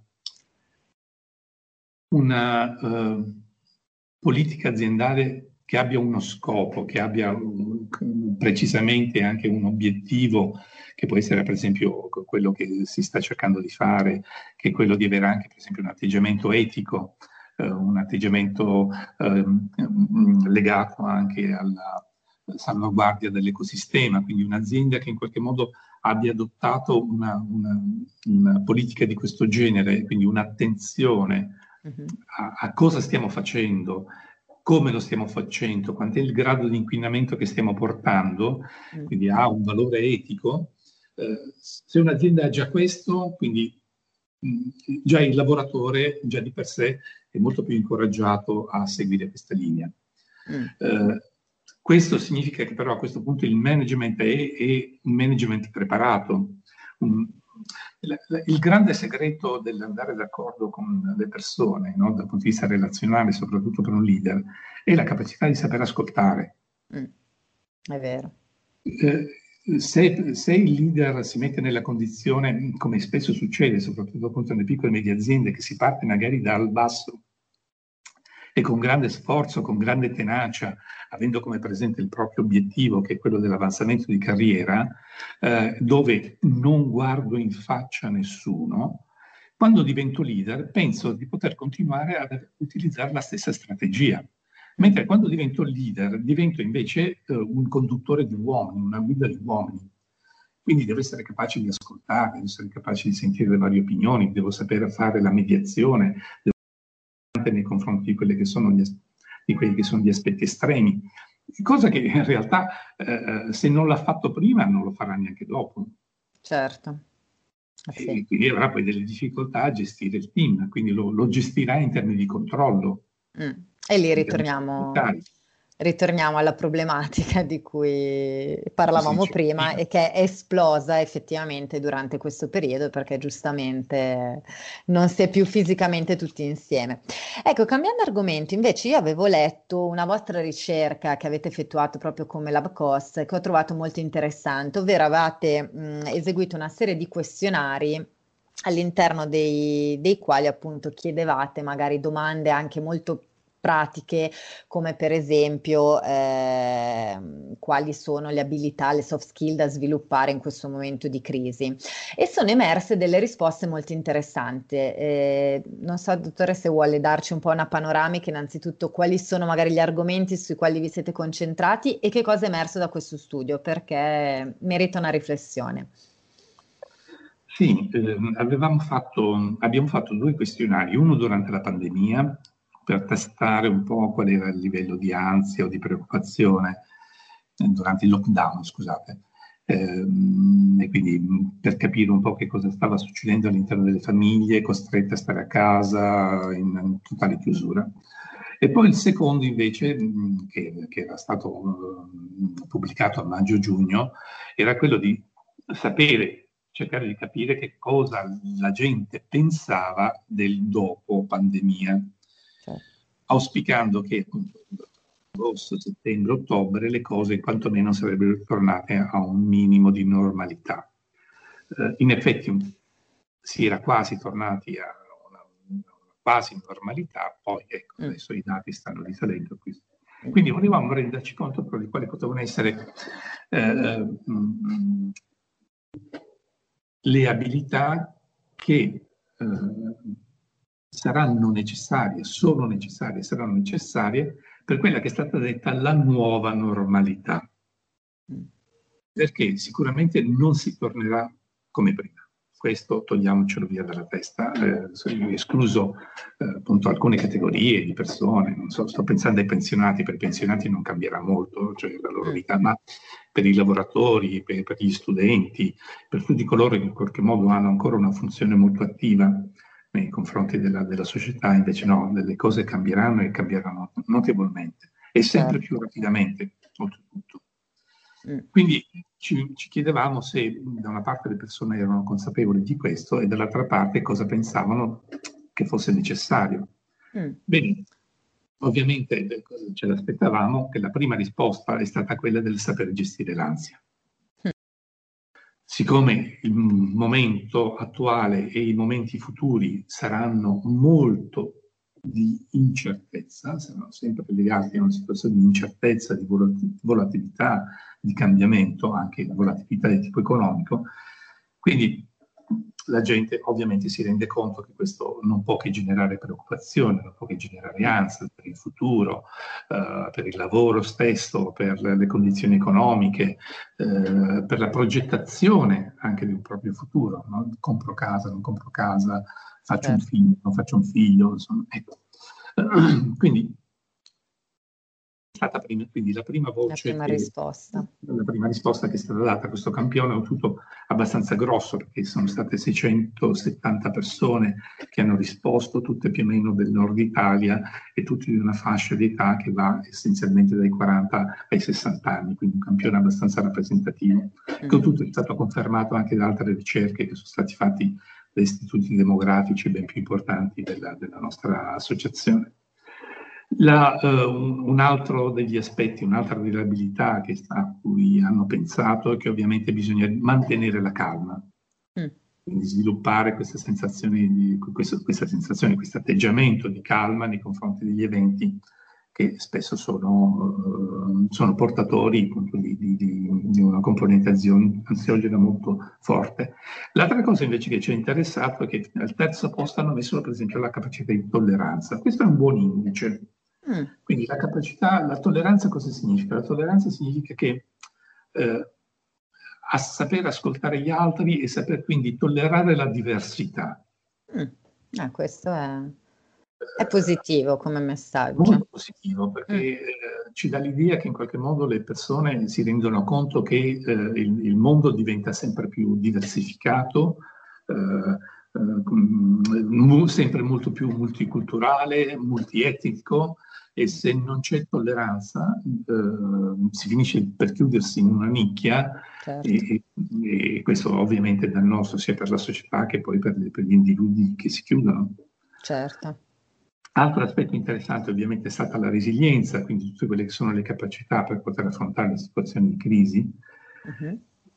una uh, politica aziendale che abbia uno scopo, che abbia un, precisamente anche un obiettivo, che può essere per esempio quello che si sta cercando di fare, che è quello di avere anche per esempio un atteggiamento etico, eh, un atteggiamento eh, legato anche alla salvaguardia dell'ecosistema, quindi un'azienda che in qualche modo abbia adottato una, una, una politica di questo genere, quindi un'attenzione uh-huh. a, a cosa stiamo facendo, come lo stiamo facendo, quant'è il grado di inquinamento che stiamo portando, quindi ha un valore etico. Eh, se un'azienda ha già questo, quindi già il lavoratore, già di per sé, è molto più incoraggiato a seguire questa linea. Mm. Eh, questo significa che però a questo punto il management è, è un management preparato. Un, il, il grande segreto dell'andare d'accordo con le persone, no, dal punto di vista relazionale, soprattutto per un leader, è la capacità di saper ascoltare. Mm. È vero. Eh, Se, se il leader si mette nella condizione, come spesso succede, soprattutto appunto nelle piccole e medie aziende, che si parte magari dal basso e con grande sforzo, con grande tenacia, avendo come presente il proprio obiettivo, che è quello dell'avanzamento di carriera, eh, dove non guardo in faccia nessuno, quando divento leader penso di poter continuare ad utilizzare la stessa strategia. Mentre quando divento leader, divento invece eh, un conduttore di uomini, una guida di uomini. Quindi devo essere capace di ascoltare, devo essere capace di sentire le varie opinioni, devo sapere fare la mediazione, devo essere nei confronti di, quelle che sono gli, di quelli che sono gli aspetti estremi. Cosa che in realtà eh, se non l'ha fatto prima non lo farà neanche dopo. Certo. Ah, sì. E quindi avrà poi delle difficoltà a gestire il team, quindi lo, lo gestirà in termini di controllo. Mm. E lì ritorniamo, ritorniamo alla problematica di cui parlavamo sì, prima sì. E che è esplosa effettivamente durante questo periodo perché giustamente non si è più fisicamente tutti insieme. Ecco, cambiando argomento, invece io avevo letto una vostra ricerca che avete effettuato proprio come LabCos che ho trovato molto interessante, ovvero avevate mh, eseguito una serie di questionari all'interno dei, dei quali appunto chiedevate magari domande anche molto pratiche, come per esempio eh, quali sono le abilità, le soft skill da sviluppare in questo momento di crisi. E sono emerse delle risposte molto interessanti. Eh, non so, dottore, se vuole darci un po' una panoramica, innanzitutto quali sono magari gli argomenti sui quali vi siete concentrati e che cosa è emerso da questo studio, perché merita una riflessione. Sì, eh, avevamo fatto, abbiamo fatto due questionari, uno durante la pandemia, per testare un po' qual era il livello di ansia o di preoccupazione eh, durante il lockdown, scusate, eh, e quindi per capire un po' che cosa stava succedendo all'interno delle famiglie costrette a stare a casa in, in totale chiusura. E poi il secondo invece, che, che era stato uh, pubblicato a maggio-giugno, era quello di sapere, cercare di capire che cosa la gente pensava del dopo pandemia. Auspicando che appunto agosto, settembre, ottobre le cose quantomeno sarebbero tornate a un minimo di normalità. Eh, in effetti si era quasi tornati a una, una quasi normalità, poi ecco, adesso mm. i dati stanno risalendo. Quindi volevamo renderci conto di quali potevano essere eh, mh, le abilità che eh, saranno necessarie, sono necessarie, saranno necessarie per quella che è stata detta la nuova normalità. Perché sicuramente non si tornerà come prima. Questo togliamocelo via dalla testa, eh, escluso eh, appunto alcune categorie di persone, non so, sto pensando ai pensionati, per i pensionati non cambierà molto, cioè la loro vita, ma per i lavoratori, per, per gli studenti, per tutti coloro che in qualche modo hanno ancora una funzione molto attiva nei confronti della, della società, invece no, le cose cambieranno e cambieranno notevolmente e sempre più rapidamente, oltretutto. Quindi ci, ci chiedevamo se da una parte le persone erano consapevoli di questo e dall'altra parte cosa pensavano che fosse necessario. Mm. Bene, ovviamente ce l'aspettavamo che la prima risposta è stata quella del saper gestire l'ansia. Siccome il momento attuale e i momenti futuri saranno molto di incertezza, saranno sempre legati a una situazione di incertezza, di volatilità, di cambiamento, anche volatilità di tipo economico, quindi la gente ovviamente si rende conto che questo non può che generare preoccupazione, non può che generare ansia per il futuro, eh, per il lavoro stesso, per le condizioni economiche, eh, per la progettazione anche di un proprio futuro, no? Compro casa, non compro casa, faccio certo. un figlio, non faccio un figlio, insomma, ecco. Quindi stata prima, quindi la prima La voce, prima che, risposta. la prima risposta che è stata data a questo campione, è tutto abbastanza grosso, perché sono state seicentosettanta persone che hanno risposto, tutte più o meno del nord Italia e tutte di una fascia di età che va essenzialmente dai quaranta ai sessanta anni, quindi un campione abbastanza rappresentativo. Mm. Tutto è stato confermato anche da altre ricerche che sono stati fatti da istituti demografici ben più importanti della, della nostra associazione. La, uh, un, un altro degli aspetti, un'altra variabilità che sta, a cui hanno pensato è che ovviamente bisogna mantenere la calma, Mm. quindi sviluppare questa sensazione, di, questo, questa sensazione, questo atteggiamento di calma nei confronti degli eventi che spesso sono, uh, sono portatori appunto, di, di, di una componente ansiogena molto forte. L'altra cosa invece che ci è interessato è che al terzo posto hanno messo per esempio la capacità di tolleranza. Questo è un buon indice. Mm. Quindi la capacità, la tolleranza cosa significa? La tolleranza significa che eh, a saper ascoltare gli altri e saper quindi tollerare la diversità. Mm. Ah, questo è, è positivo come messaggio. Molto positivo, perché Mm. eh, ci dà l'idea che in qualche modo le persone si rendono conto che eh, il, il mondo diventa sempre più diversificato, eh, eh, sempre molto più multiculturale, multietnico, e se non c'è tolleranza eh, si finisce per chiudersi in una nicchia. Certo. e, e questo ovviamente è dannoso sia per la società che poi per, le, per gli individui che si chiudono. Certo. Altro aspetto interessante ovviamente è stata la resilienza, quindi tutte quelle che sono le capacità per poter affrontare le situazioni di crisi, Mm-hmm.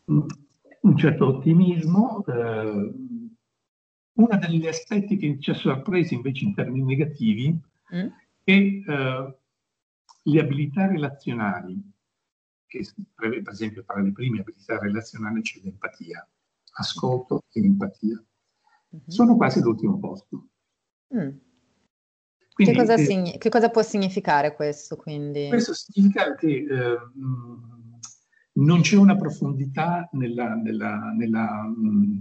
un certo ottimismo. Eh, uno degli aspetti che ci ha sorpresi invece in termini negativi Mm. è eh, le abilità relazionali, che per esempio tra le prime abilità relazionali c'è l'empatia, ascolto e empatia. Mm-hmm. Sono quasi all'ultimo posto. Mm. Quindi, che, cosa eh, signi- che cosa può significare questo, quindi? Questo significa che eh, non c'è una profondità nella, nella, nella, mh,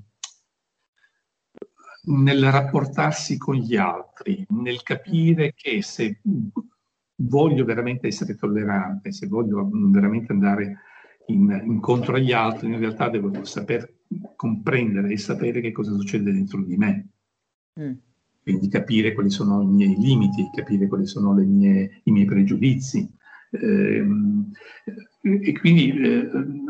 nel rapportarsi con gli altri, nel capire che se voglio veramente essere tollerante, se voglio veramente andare in, incontro agli altri, in realtà devo saper comprendere e sapere che cosa succede dentro di me. Mm. Quindi capire quali sono i miei limiti, capire quali sono le mie, i miei pregiudizi. Eh, e quindi eh,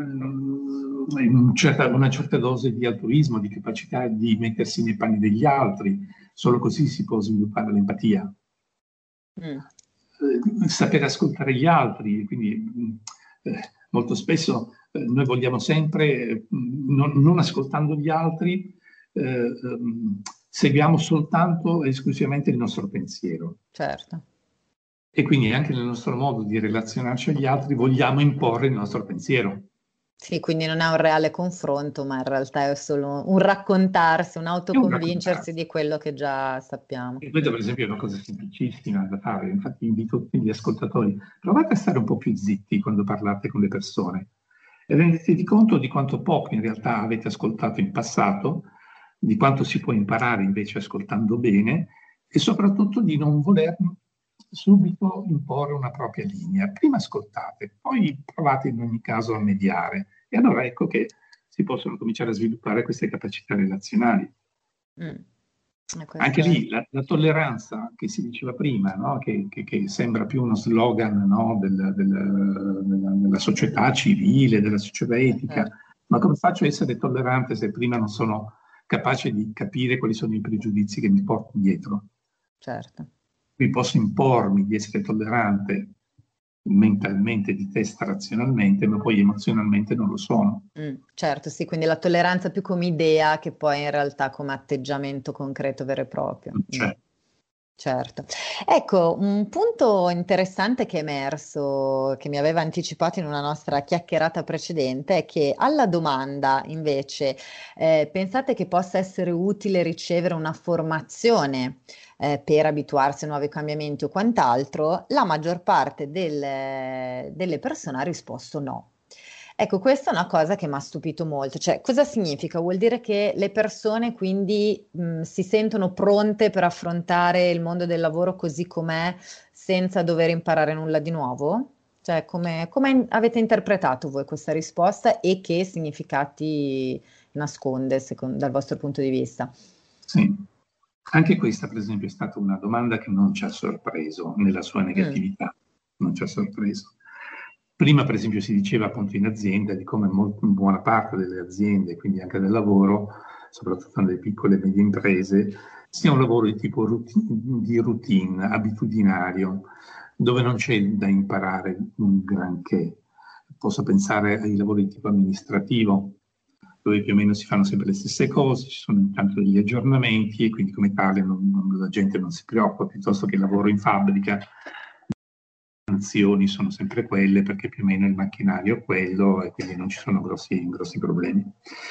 un certa, una certa dose di altruismo, di capacità di mettersi nei panni degli altri, solo così si può sviluppare l'empatia. Mm. Eh, saper ascoltare gli altri, quindi eh, molto spesso eh, noi vogliamo sempre, non, non ascoltando gli altri, eh, seguiamo soltanto e esclusivamente il nostro pensiero. Certo. E quindi anche nel nostro modo di relazionarci agli altri vogliamo imporre il nostro pensiero. Sì, quindi non è un reale confronto, ma in realtà è solo un raccontarsi, un autoconvincersi di quello che già sappiamo. E questo per esempio è una cosa semplicissima da fare, infatti invito tutti gli ascoltatori, provate a stare un po' più zitti quando parlate con le persone e rendetevi conto di quanto poco in realtà avete ascoltato in passato, di quanto si può imparare invece ascoltando bene e soprattutto di non voler subito imporre una propria linea. Prima ascoltate, poi provate in ogni caso a mediare e allora ecco che si possono cominciare a sviluppare queste capacità relazionali. Mm. Anche lì la, la tolleranza che si diceva prima, no? che, che, che sembra più uno slogan, no? del, del, della, della società civile, della società etica, certo. Ma come faccio a essere tollerante se prima non sono capace di capire quali sono i pregiudizi che mi porto dietro? Certo. Qui posso impormi di essere tollerante mentalmente, di testa, razionalmente, ma poi emozionalmente non lo sono. Mm, certo, sì, quindi la tolleranza più come idea che poi in realtà come atteggiamento concreto vero e proprio. Cioè. Mm. Certo. Ecco, un punto interessante che è emerso, che mi aveva anticipato in una nostra chiacchierata precedente, è che alla domanda invece, eh, pensate che possa essere utile ricevere una formazione eh, per abituarsi a nuovi cambiamenti o quant'altro, la maggior parte del- delle persone ha risposto no. Ecco, questa è una cosa che mi ha stupito molto. Cioè, cosa significa? Vuol dire che le persone quindi mh, si sentono pronte per affrontare il mondo del lavoro così com'è, senza dover imparare nulla di nuovo? Cioè, come, come avete interpretato voi questa risposta e che significati nasconde secondo, dal vostro punto di vista? Sì, anche questa per esempio è stata una domanda che non ci ha sorpreso nella sua negatività, mm. non ci ha sorpreso. Prima per esempio si diceva appunto in azienda di come molto, buona parte delle aziende, quindi anche del lavoro, soprattutto nelle piccole e medie imprese, sia un lavoro di tipo routine, di routine, abitudinario, dove non c'è da imparare un granché. Posso pensare ai lavori di tipo amministrativo, dove più o meno si fanno sempre le stesse cose, ci sono intanto degli aggiornamenti e quindi come tale non, non, la gente non si preoccupa, piuttosto che il lavoro in fabbrica, le funzioni sono sempre quelle perché più o meno il macchinario è quello e quindi non ci sono grossi, grossi problemi.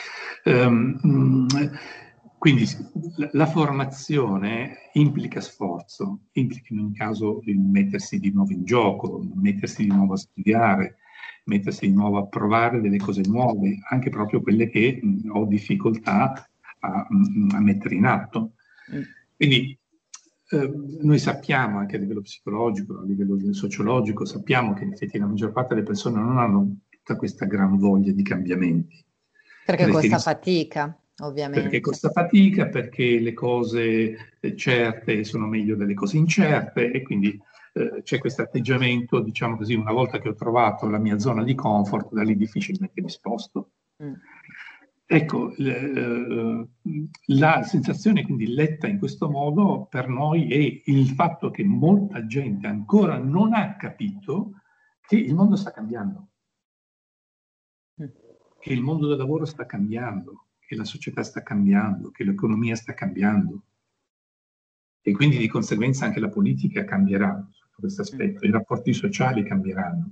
Um, Quindi la formazione implica sforzo, implica in ogni caso il mettersi di nuovo in gioco, mettersi di nuovo a studiare, mettersi di nuovo a provare delle cose nuove, anche proprio quelle che mh, ho difficoltà a, a mettere in atto. Quindi eh, noi sappiamo anche a livello psicologico, a livello sociologico, sappiamo che in effetti la maggior parte delle persone non hanno tutta questa gran voglia di cambiamenti. Perché costa fatica. Ovviamente. Perché costa fatica, perché le cose certe sono meglio delle cose incerte e quindi eh, c'è questo atteggiamento, diciamo così, una volta che ho trovato la mia zona di comfort, da lì difficilmente mi sposto. Mm. Ecco, eh, la sensazione quindi letta in questo modo per noi è il fatto che molta gente ancora non ha capito che il mondo sta cambiando, mm. che il mondo del lavoro sta cambiando, che la società sta cambiando, che l'economia sta cambiando e quindi di conseguenza anche la politica cambierà su questo aspetto, i rapporti sociali cambieranno.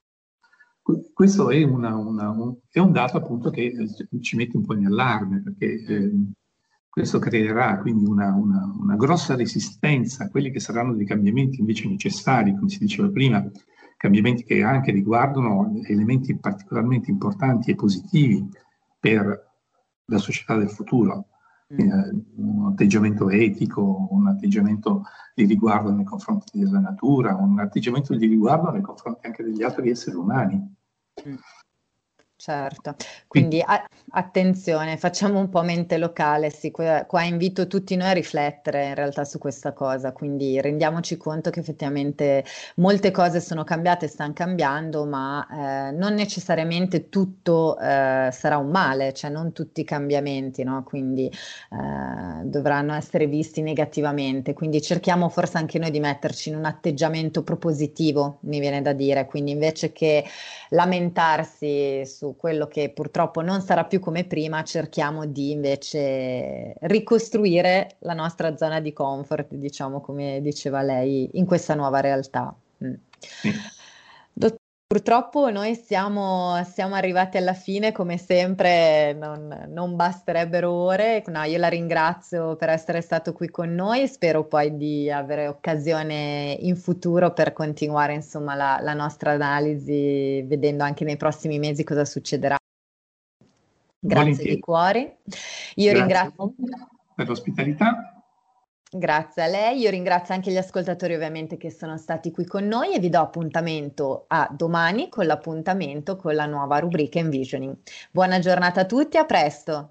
Questo è, una, una, un, è un dato appunto che ci mette un po' in allarme perché eh, questo creerà quindi una, una, una grossa resistenza a quelli che saranno dei cambiamenti invece necessari, come si diceva prima, cambiamenti che anche riguardano elementi particolarmente importanti e positivi per la società del futuro, mm. eh, un atteggiamento etico, un atteggiamento di riguardo nei confronti della natura, un atteggiamento di riguardo nei confronti anche degli altri esseri umani. Mm. Certo, quindi a- attenzione, facciamo un po' mente locale, sì, qua, qua invito tutti noi a riflettere in realtà su questa cosa, quindi rendiamoci conto che effettivamente molte cose sono cambiate, stanno cambiando, ma eh, non necessariamente tutto eh, sarà un male, cioè non tutti i cambiamenti, no? Quindi eh, dovranno essere visti negativamente, quindi cerchiamo forse anche noi di metterci in un atteggiamento propositivo, mi viene da dire, quindi invece che lamentarsi su quello che purtroppo non sarà più come prima, cerchiamo di invece ricostruire la nostra zona di comfort, diciamo come diceva lei, in questa nuova realtà. Mm. Sì. Dott- Purtroppo noi siamo, siamo arrivati alla fine, come sempre non, non basterebbero ore. No, io la ringrazio per essere stato qui con noi, spero poi di avere occasione in futuro per continuare insomma la, la nostra analisi, vedendo anche nei prossimi mesi cosa succederà. Grazie Volentieri. Di cuore. Io Grazie ringrazio per l'ospitalità. Grazie a lei, io ringrazio anche gli ascoltatori ovviamente che sono stati qui con noi e vi do appuntamento a domani con l'appuntamento con la nuova rubrica Envisioning. Buona giornata a tutti, a presto!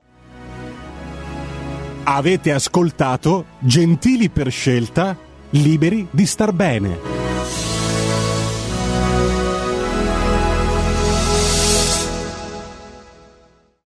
Avete ascoltato Gentili per scelta, liberi di star bene.